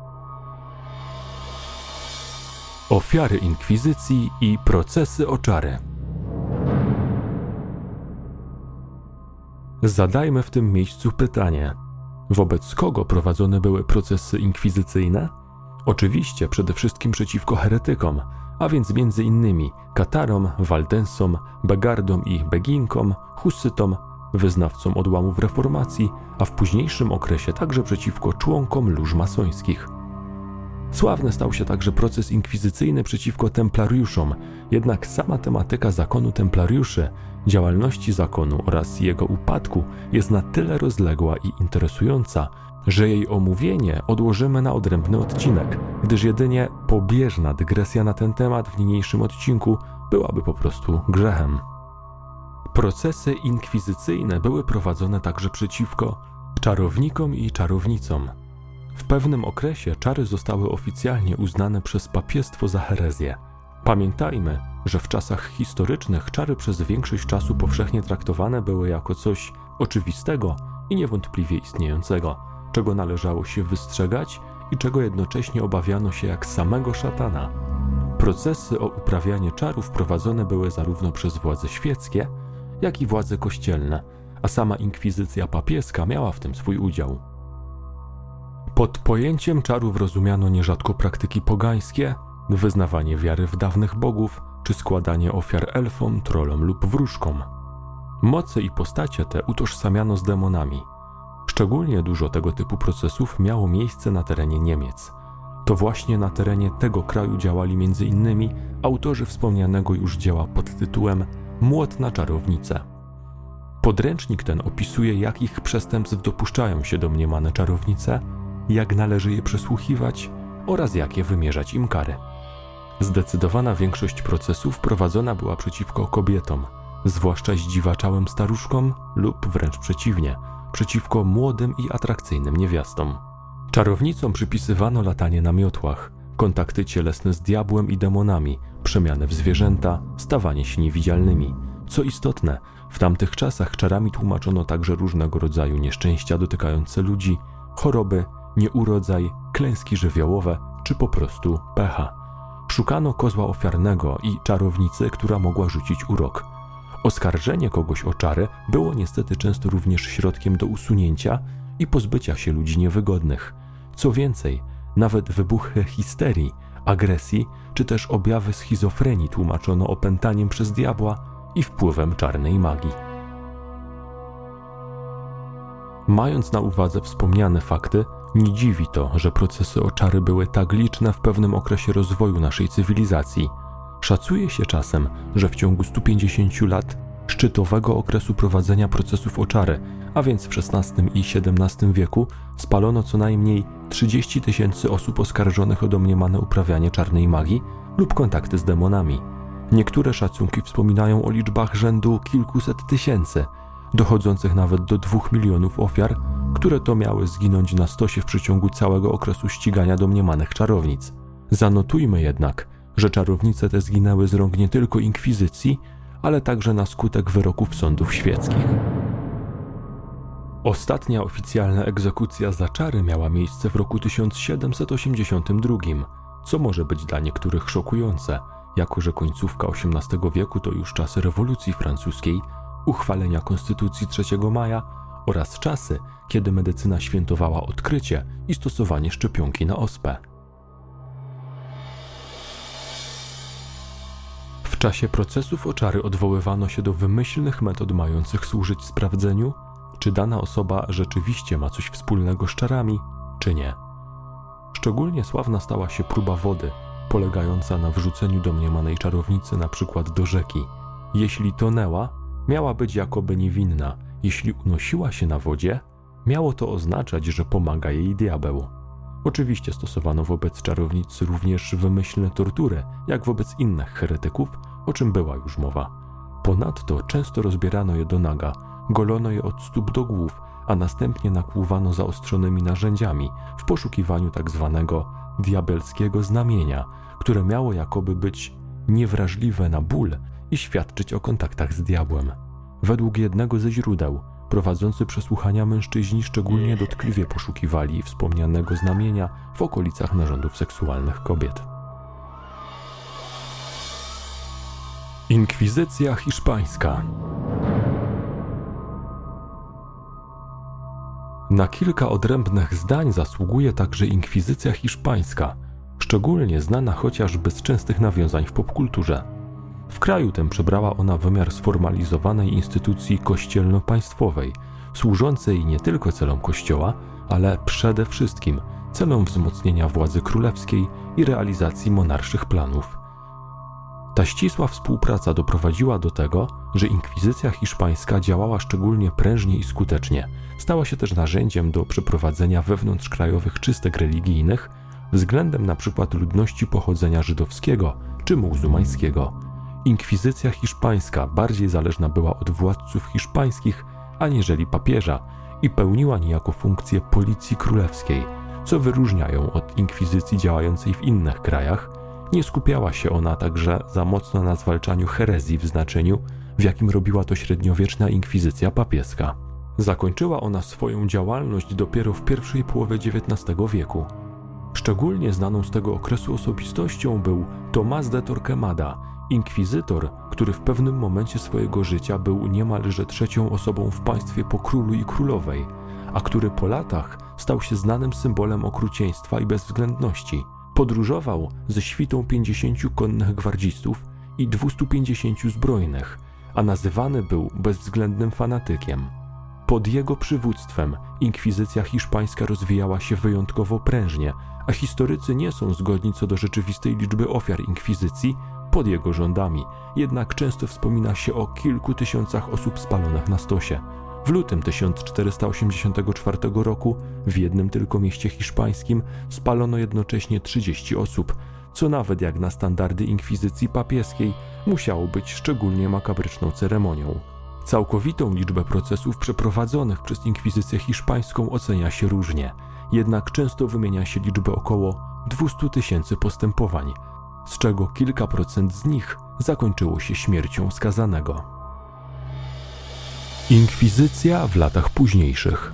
Ofiary inkwizycji i procesy o czary. Zadajmy w tym miejscu pytanie: wobec kogo prowadzone były procesy inkwizycyjne? Oczywiście przede wszystkim przeciwko heretykom, a więc między innymi Katarom, Waldensom, Begardom i Beginkom, Hussytom, wyznawcom odłamów reformacji, a w późniejszym okresie także przeciwko członkom lóż masońskich. Sławny stał się także proces inkwizycyjny przeciwko templariuszom, jednak sama tematyka zakonu templariuszy, działalności zakonu oraz jego upadku jest na tyle rozległa i interesująca, że jej omówienie odłożymy na odrębny odcinek, gdyż jedynie pobieżna dygresja na ten temat w niniejszym odcinku byłaby po prostu grzechem. Procesy inkwizycyjne były prowadzone także przeciwko czarownikom i czarownicom. W pewnym okresie czary zostały oficjalnie uznane przez papiestwo za herezję. Pamiętajmy, że w czasach historycznych czary przez większość czasu powszechnie traktowane były jako coś oczywistego i niewątpliwie istniejącego, czego należało się wystrzegać i czego jednocześnie obawiano się jak samego szatana. Procesy o uprawianie czarów prowadzone były zarówno przez władze świeckie, jak i władze kościelne, a sama inkwizycja papieska miała w tym swój udział. Pod pojęciem czarów rozumiano nierzadko praktyki pogańskie, wyznawanie wiary w dawnych bogów, czy składanie ofiar elfom, trollom lub wróżkom. Moce i postacie te utożsamiano z demonami. Szczególnie dużo tego typu procesów miało miejsce na terenie Niemiec. To właśnie na terenie tego kraju działali między innymi autorzy wspomnianego już dzieła pod tytułem Młot na czarownicę. Podręcznik ten opisuje, jakich przestępstw dopuszczają się domniemane czarownice, jak należy je przesłuchiwać oraz jakie wymierzać im kary. Zdecydowana większość procesów prowadzona była przeciwko kobietom, zwłaszcza zdziwaczałym staruszkom lub wręcz przeciwnie, przeciwko młodym i atrakcyjnym niewiastom. Czarownicom przypisywano latanie na miotłach, kontakty cielesne z diabłem i demonami, przemiany w zwierzęta, stawanie się niewidzialnymi. Co istotne, w tamtych czasach czarami tłumaczono także różnego rodzaju nieszczęścia dotykające ludzi, choroby, nieurodzaj, klęski żywiołowe czy po prostu pecha. Szukano kozła ofiarnego i czarownicy, która mogła rzucić urok. Oskarżenie kogoś o czary było niestety często również środkiem do usunięcia i pozbycia się ludzi niewygodnych. Co więcej, nawet wybuchy histerii, agresji czy też objawy schizofrenii tłumaczono opętaniem przez diabła i wpływem czarnej magii. Mając na uwadze wspomniane fakty, nie dziwi to, że procesy o czary były tak liczne w pewnym okresie rozwoju naszej cywilizacji. Szacuje się czasem, że w ciągu stu pięćdziesięciu lat szczytowego okresu prowadzenia procesów o czary, a więc w szesnastym i siedemnastym wieku, spalono co najmniej trzydzieści tysięcy osób oskarżonych o domniemane uprawianie czarnej magii lub kontakty z demonami. Niektóre szacunki wspominają o liczbach rzędu kilkuset tysięcy, dochodzących nawet do dwóch milionów ofiar, które to miały zginąć na stosie w przeciągu całego okresu ścigania domniemanych czarownic. Zanotujmy jednak, że czarownice te zginęły z rąk nie tylko inkwizycji, ale także na skutek wyroków sądów świeckich. Ostatnia oficjalna egzekucja za czary miała miejsce w roku tysiąc siedemset osiemdziesiątym drugim, co może być dla niektórych szokujące, jako że końcówka osiemnastego wieku to już czasy rewolucji francuskiej, uchwalenia Konstytucji trzeciego maja oraz czasy, kiedy medycyna świętowała odkrycie i stosowanie szczepionki na ospę. W czasie procesów o czary odwoływano się do wymyślnych metod mających służyć sprawdzeniu, czy dana osoba rzeczywiście ma coś wspólnego z czarami, czy nie. Szczególnie sławna stała się próba wody, polegająca na wrzuceniu domniemanej czarownicy na przykład do rzeki. Jeśli tonęła, miała być jakoby niewinna. Jeśli unosiła się na wodzie, miało to oznaczać, że pomaga jej diabeł. Oczywiście stosowano wobec czarownic również wymyślne tortury, jak wobec innych heretyków, o czym była już mowa. Ponadto często rozbierano je do naga, golono je od stóp do głów, a następnie nakłuwano zaostrzonymi narzędziami w poszukiwaniu tak zwanego diabelskiego znamienia, które miało jakoby być niewrażliwe na ból i świadczyć o kontaktach z diabłem. Według jednego ze źródeł, prowadzący przesłuchania mężczyźni szczególnie dotkliwie poszukiwali wspomnianego znamienia w okolicach narządów seksualnych kobiet. Inkwizycja hiszpańska. Na kilka odrębnych zdań zasługuje także inkwizycja hiszpańska, szczególnie znana chociażby z częstych nawiązań w popkulturze. W kraju tym przybrała ona wymiar sformalizowanej instytucji kościelno-państwowej, służącej nie tylko celom Kościoła, ale przede wszystkim celom wzmocnienia władzy królewskiej i realizacji monarszych planów. Ta ścisła współpraca doprowadziła do tego, że inkwizycja hiszpańska działała szczególnie prężnie i skutecznie. Stała się też narzędziem do przeprowadzenia wewnątrzkrajowych czystek religijnych względem np. ludności pochodzenia żydowskiego czy muzułmańskiego. Inkwizycja hiszpańska bardziej zależna była od władców hiszpańskich aniżeli papieża i pełniła niejako funkcję policji królewskiej, co wyróżnia ją od inkwizycji działającej w innych krajach. Nie skupiała się ona także za mocno na zwalczaniu herezji w znaczeniu, w jakim robiła to średniowieczna inkwizycja papieska. Zakończyła ona swoją działalność dopiero w pierwszej połowie dziewiętnastego wieku. Szczególnie znaną z tego okresu osobistością był Tomás de Torquemada, inkwizytor, który w pewnym momencie swojego życia był niemalże trzecią osobą w państwie po królu i królowej, a który po latach stał się znanym symbolem okrucieństwa i bezwzględności. Podróżował ze świtą pięćdziesięciu konnych gwardzistów i dwustu pięćdziesięciu zbrojnych, a nazywany był bezwzględnym fanatykiem. Pod jego przywództwem inkwizycja hiszpańska rozwijała się wyjątkowo prężnie, a historycy nie są zgodni co do rzeczywistej liczby ofiar inkwizycji pod jego rządami, jednak często wspomina się o kilku tysiącach osób spalonych na stosie. W lutym tysiąc czterysta osiemdziesiątego czwartego roku w jednym tylko mieście hiszpańskim spalono jednocześnie trzydzieści osób, co nawet jak na standardy inkwizycji papieskiej musiało być szczególnie makabryczną ceremonią. Całkowitą liczbę procesów przeprowadzonych przez inkwizycję hiszpańską ocenia się różnie, jednak często wymienia się liczbę około dwustu tysięcy postępowań, z czego kilka procent z nich zakończyło się śmiercią skazanego. Inkwizycja w latach późniejszych.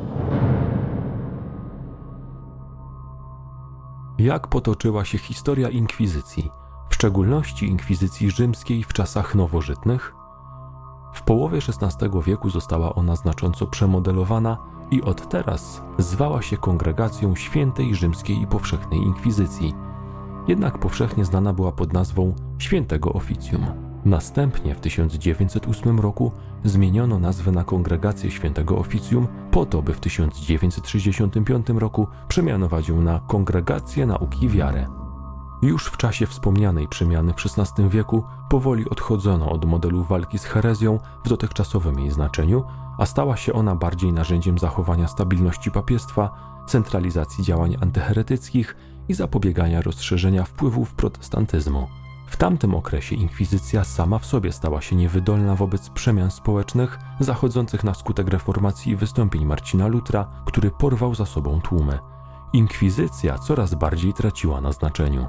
Jak potoczyła się historia inkwizycji, w szczególności inkwizycji rzymskiej w czasach nowożytnych? W połowie szesnastego wieku została ona znacząco przemodelowana i od teraz zwała się Kongregacją Świętej Rzymskiej i Powszechnej Inkwizycji. Jednak powszechnie znana była pod nazwą Świętego Oficjum. Następnie w tysiąc dziewięćset ósmym roku zmieniono nazwę na Kongregację Świętego Oficjum po to, by w tysiąc dziewięćset sześćdziesiątym piątym roku przemianować ją na Kongregację Nauki i Wiary. Już w czasie wspomnianej przemiany w szesnastym wieku powoli odchodzono od modelu walki z herezją w dotychczasowym jej znaczeniu, a stała się ona bardziej narzędziem zachowania stabilności papiestwa, centralizacji działań antyheretyckich i zapobiegania rozszerzenia wpływów protestantyzmu. W tamtym okresie inkwizycja sama w sobie stała się niewydolna wobec przemian społecznych zachodzących na skutek reformacji i wystąpień Marcina Lutra, który porwał za sobą tłumy. Inkwizycja coraz bardziej traciła na znaczeniu.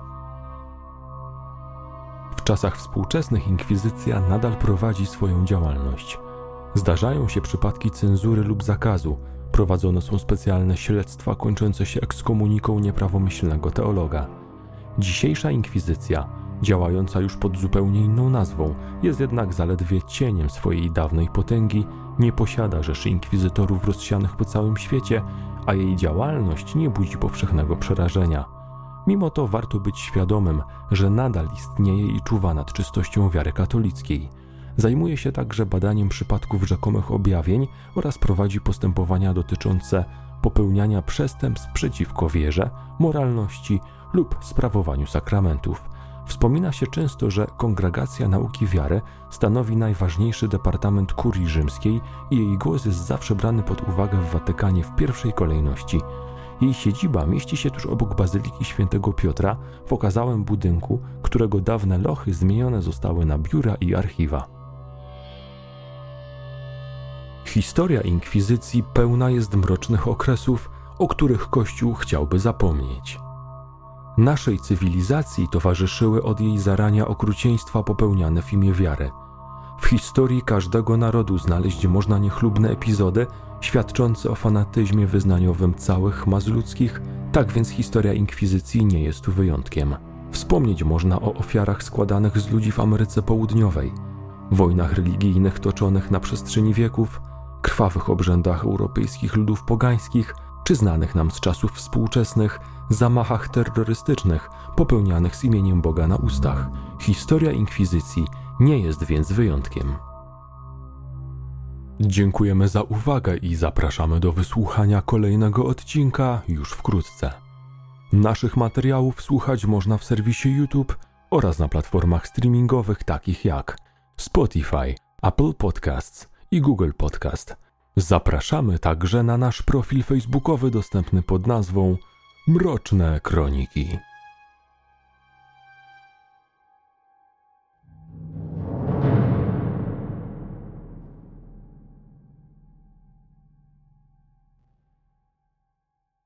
W czasach współczesnych inkwizycja nadal prowadzi swoją działalność. Zdarzają się przypadki cenzury lub zakazu, prowadzone są specjalne śledztwa kończące się ekskomuniką nieprawomyślnego teologa. Dzisiejsza inkwizycja, działająca już pod zupełnie inną nazwą, jest jednak zaledwie cieniem swojej dawnej potęgi, nie posiada rzeszy inkwizytorów rozsianych po całym świecie, a jej działalność nie budzi powszechnego przerażenia. Mimo to warto być świadomym, że nadal istnieje i czuwa nad czystością wiary katolickiej. Zajmuje się także badaniem przypadków rzekomych objawień oraz prowadzi postępowania dotyczące popełniania przestępstw przeciwko wierze, moralności lub sprawowaniu sakramentów. Wspomina się często, że Kongregacja Nauki Wiary stanowi najważniejszy departament kurii rzymskiej i jej głos jest zawsze brany pod uwagę w Watykanie w pierwszej kolejności. Jej siedziba mieści się tuż obok Bazyliki Świętego Piotra w okazałym budynku, którego dawne lochy zmienione zostały na biura i archiwa. Historia inkwizycji pełna jest mrocznych okresów, o których Kościół chciałby zapomnieć. Naszej cywilizacji towarzyszyły od jej zarania okrucieństwa popełniane w imię wiary. W historii każdego narodu znaleźć można niechlubne epizody świadczące o fanatyzmie wyznaniowym całych mas ludzkich, tak więc historia inkwizycji nie jest tu wyjątkiem. Wspomnieć można o ofiarach składanych z ludzi w Ameryce Południowej, wojnach religijnych toczonych na przestrzeni wieków, krwawych obrzędach europejskich ludów pogańskich, czy znanych nam z czasów współczesnych zamachach terrorystycznych popełnianych z imieniem Boga na ustach. Historia inkwizycji nie jest więc wyjątkiem. Dziękujemy za uwagę i zapraszamy do wysłuchania kolejnego odcinka już wkrótce. Naszych materiałów słuchać można w serwisie YouTube oraz na platformach streamingowych takich jak Spotify, Apple Podcasts i Google Podcast. Zapraszamy także na nasz profil facebookowy dostępny pod nazwą Mroczne Kroniki.